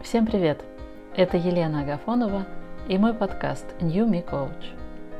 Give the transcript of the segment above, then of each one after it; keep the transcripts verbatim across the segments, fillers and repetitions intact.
Всем привет! Это Елена Агафонова и мой подкаст New Me Coach.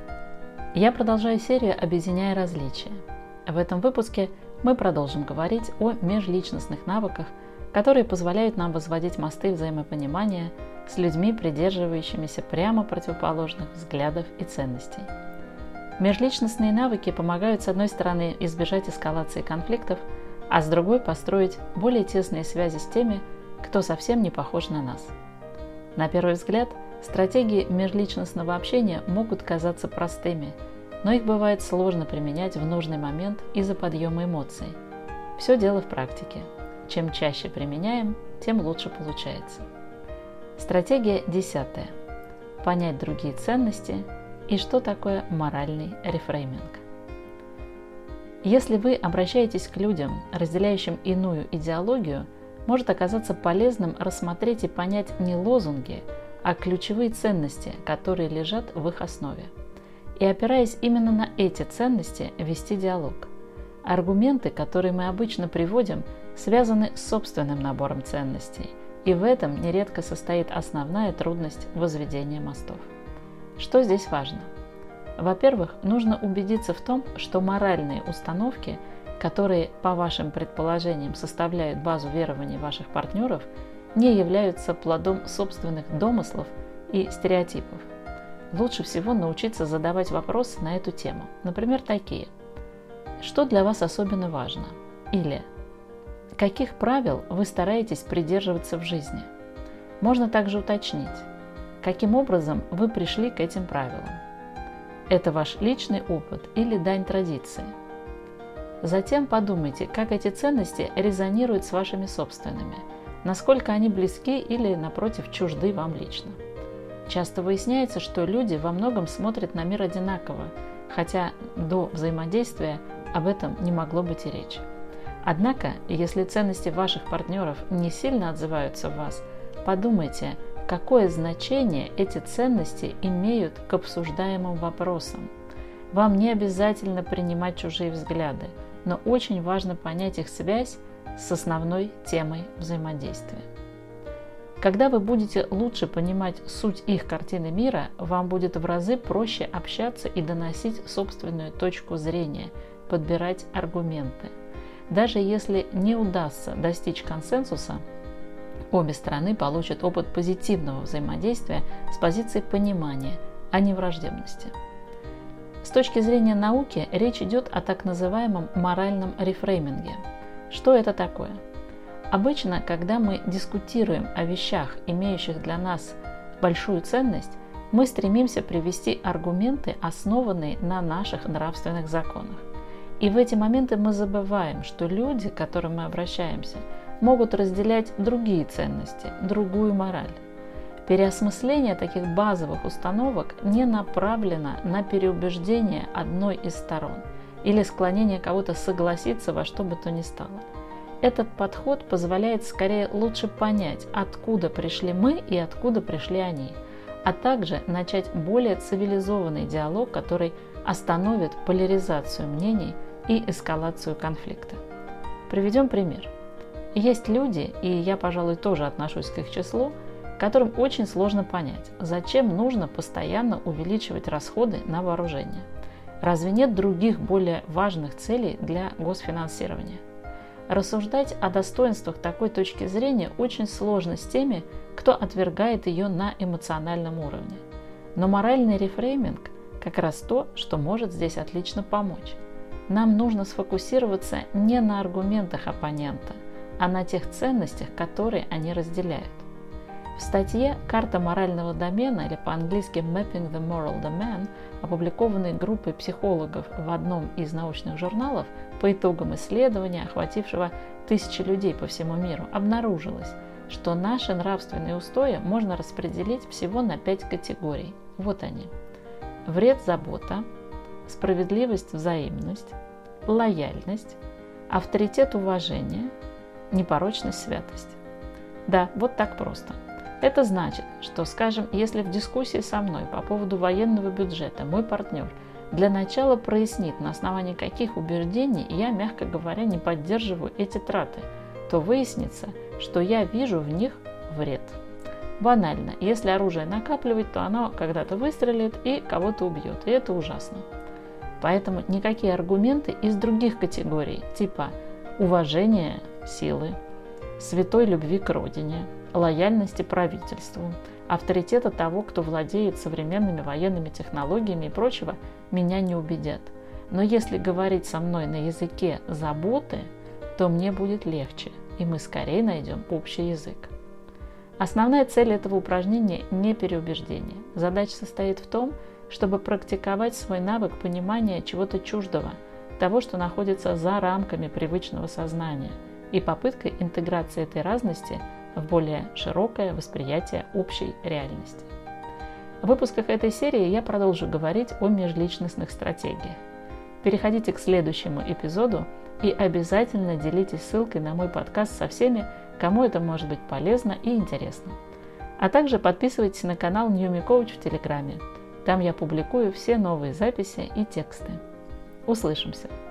Я продолжаю серию «Объединяя различия». В этом выпуске мы продолжим говорить о межличностных навыках, которые позволяют нам возводить мосты взаимопонимания с людьми, придерживающимися прямо противоположных взглядов и ценностей. Межличностные навыки помогают, с одной стороны, избежать эскалации конфликтов, а с другой – построить более тесные связи с теми, кто совсем не похож на нас. На первый взгляд, стратегии межличностного общения могут казаться простыми, но их бывает сложно применять в нужный момент из-за подъема эмоций. Все дело в практике. Чем чаще применяем, тем лучше получается. Стратегия десятая. Понять другие ценности и что такое моральный рефрейминг. Если вы обращаетесь к людям, разделяющим иную идеологию, может оказаться полезным рассмотреть и понять не лозунги, а ключевые ценности, которые лежат в их основе. И опираясь именно на эти ценности, вести диалог. Аргументы, которые мы обычно приводим, связаны с собственным набором ценностей, и в этом нередко состоит основная трудность возведения мостов. Что здесь важно? Во-первых, нужно убедиться в том, что моральные установки, которые, по вашим предположениям, составляют базу верований ваших партнеров, не являются плодом собственных домыслов и стереотипов. Лучше всего научиться задавать вопросы на эту тему. Например, такие. Что для вас особенно важно? Или каких правил вы стараетесь придерживаться в жизни? Можно также уточнить, каким образом вы пришли к этим правилам. Это ваш личный опыт или дань традиции? Затем подумайте, как эти ценности резонируют с вашими собственными, насколько они близки или, напротив, чужды вам лично. Часто выясняется, что люди во многом смотрят на мир одинаково, хотя до взаимодействия об этом не могло быть и речи. Однако, если ценности ваших партнеров не сильно отзываются в вас, подумайте, какое значение эти ценности имеют к обсуждаемым вопросам. Вам не обязательно принимать чужие взгляды, но очень важно понять их связь с основной темой взаимодействия. Когда вы будете лучше понимать суть их картины мира, вам будет в разы проще общаться и доносить собственную точку зрения, подбирать аргументы. Даже если не удастся достичь консенсуса, обе стороны получат опыт позитивного взаимодействия с позиции понимания, а не враждебности. С точки зрения науки речь идет о так называемом моральном рефрейминге. Что это такое? Обычно, когда мы дискутируем о вещах, имеющих для нас большую ценность, мы стремимся привести аргументы, основанные на наших нравственных законах. И в эти моменты мы забываем, что люди, к которым мы обращаемся, могут разделять другие ценности, другую мораль. Переосмысление таких базовых установок не направлено на переубеждение одной из сторон или склонение кого-то согласиться во что бы то ни стало. Этот подход позволяет скорее лучше понять, откуда пришли мы и откуда пришли они, а также начать более цивилизованный диалог, который остановит поляризацию мнений и эскалацию конфликта. Приведем пример. Есть люди, и я, пожалуй, тоже отношусь к их числу, которым очень сложно понять, зачем нужно постоянно увеличивать расходы на вооружение. Разве нет других более важных целей для госфинансирования? Рассуждать о достоинствах такой точки зрения очень сложно с теми, кто отвергает ее на эмоциональном уровне. Но моральный рефрейминг как раз то, что может здесь отлично помочь. Нам нужно сфокусироваться не на аргументах оппонента, а на тех ценностях, которые они разделяют. В статье «Карта морального домена» или по-английски «Mapping the Moral Domain», опубликованной группой психологов в одном из научных журналов по итогам исследования, охватившего тысячи людей по всему миру, обнаружилось, что наши нравственные устои можно распределить всего на пять категорий. Вот они. Вред, забота, справедливость, взаимность, лояльность, авторитет, уважение, непорочность, святость. Да, вот так просто. Это значит, что, скажем, если в дискуссии со мной по поводу военного бюджета мой партнер для начала прояснит, на основании каких убеждений я, мягко говоря, не поддерживаю эти траты, то выяснится, что я вижу в них вред. Банально, если оружие накапливать, то оно когда-то выстрелит и кого-то убьет, и это ужасно. Поэтому никакие аргументы из других категорий, типа уважения силы, святой любви к родине, лояльности правительству, авторитета того, кто владеет современными военными технологиями и прочего, меня не убедят. Но если говорить со мной на языке заботы, то мне будет легче, и мы скорее найдем общий язык. Основная цель этого упражнения – не переубеждение. Задача состоит в том, чтобы практиковать свой навык понимания чего-то чуждого, того, что находится за рамками привычного сознания, и попыткой интеграции этой разности в более широкое восприятие общей реальности. В выпусках этой серии я продолжу говорить о межличностных стратегиях. Переходите к следующему эпизоду и обязательно делитесь ссылкой на мой подкаст со всеми, кому это может быть полезно и интересно. А также подписывайтесь на канал New Me Coach в Телеграме. Там я публикую все новые записи и тексты. Услышимся!